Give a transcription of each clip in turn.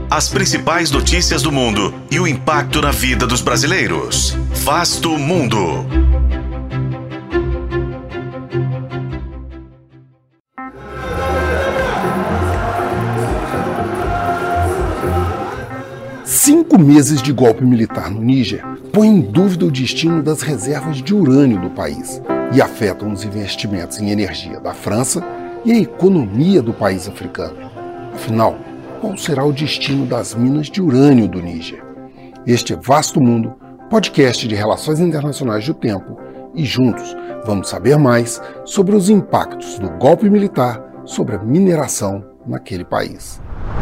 As principais notícias do mundo e o impacto na vida dos brasileiros. Vasto Mundo. Cinco meses de golpe militar no Níger põem em dúvida o destino das reservas de urânio do país e afetam os investimentos em energia da França e a economia do país africano. Afinal, qual será o destino das minas de urânio do Níger? Este é Vasto Mundo, podcast de relações internacionais do tempo, e juntos vamos saber mais sobre os impactos do golpe militar sobre a mineração naquele país.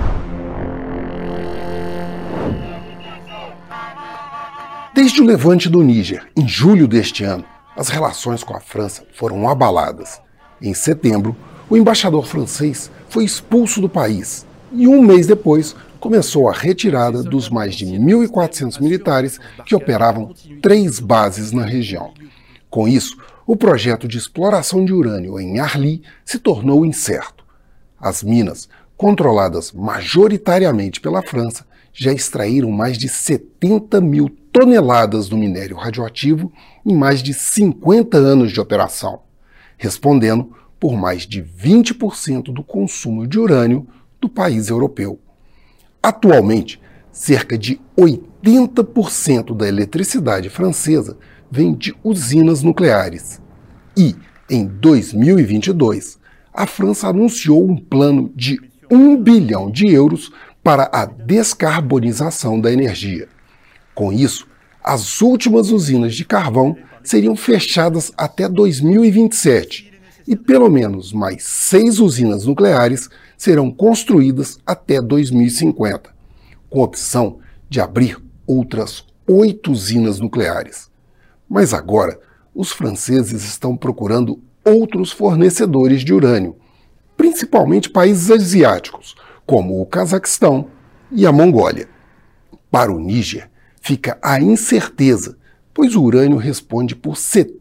Desde o levante do Níger, em julho deste ano, as relações com a França foram abaladas. Em setembro, o embaixador francês foi expulso do país e um mês depois começou a retirada dos mais de 1.400 militares que operavam 3 bases na região. Com isso, o projeto de exploração de urânio em Arlit se tornou incerto. As minas, controladas majoritariamente pela França, já extraíram mais de 70 mil toneladas do minério radioativo em mais de 50 anos de operação, respondendo por mais de 20% do consumo de urânio do país europeu. Atualmente, cerca de 80% da eletricidade francesa vem de usinas nucleares. E, em 2022, a França anunciou um plano de 1 bilhão de euros para a descarbonização da energia. Com isso, as últimas usinas de carvão seriam fechadas até 2027 e pelo menos mais 6 usinas nucleares serão construídas até 2050, com opção de abrir outras 8 usinas nucleares. Mas agora, os franceses estão procurando outros fornecedores de urânio, principalmente países asiáticos, como o Cazaquistão e a Mongólia. Para o Níger, fica a incerteza, pois o urânio responde por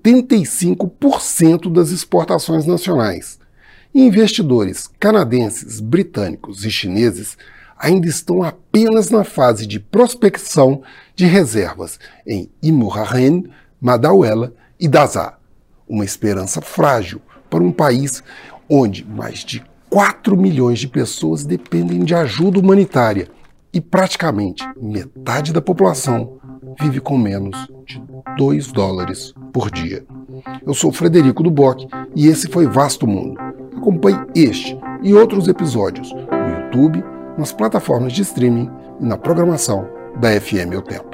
75% das exportações nacionais. E investidores canadenses, britânicos e chineses ainda estão apenas na fase de prospecção de reservas em Imouraren, Madawela e Dazar, uma esperança frágil para um país onde mais de 4 milhões de pessoas dependem de ajuda humanitária e praticamente metade da população vive com menos de $2 por dia. Eu sou Frederico Duboc e esse foi Vasto Mundo. Acompanhe este e outros episódios no YouTube, nas plataformas de streaming e na programação da FM O Tempo.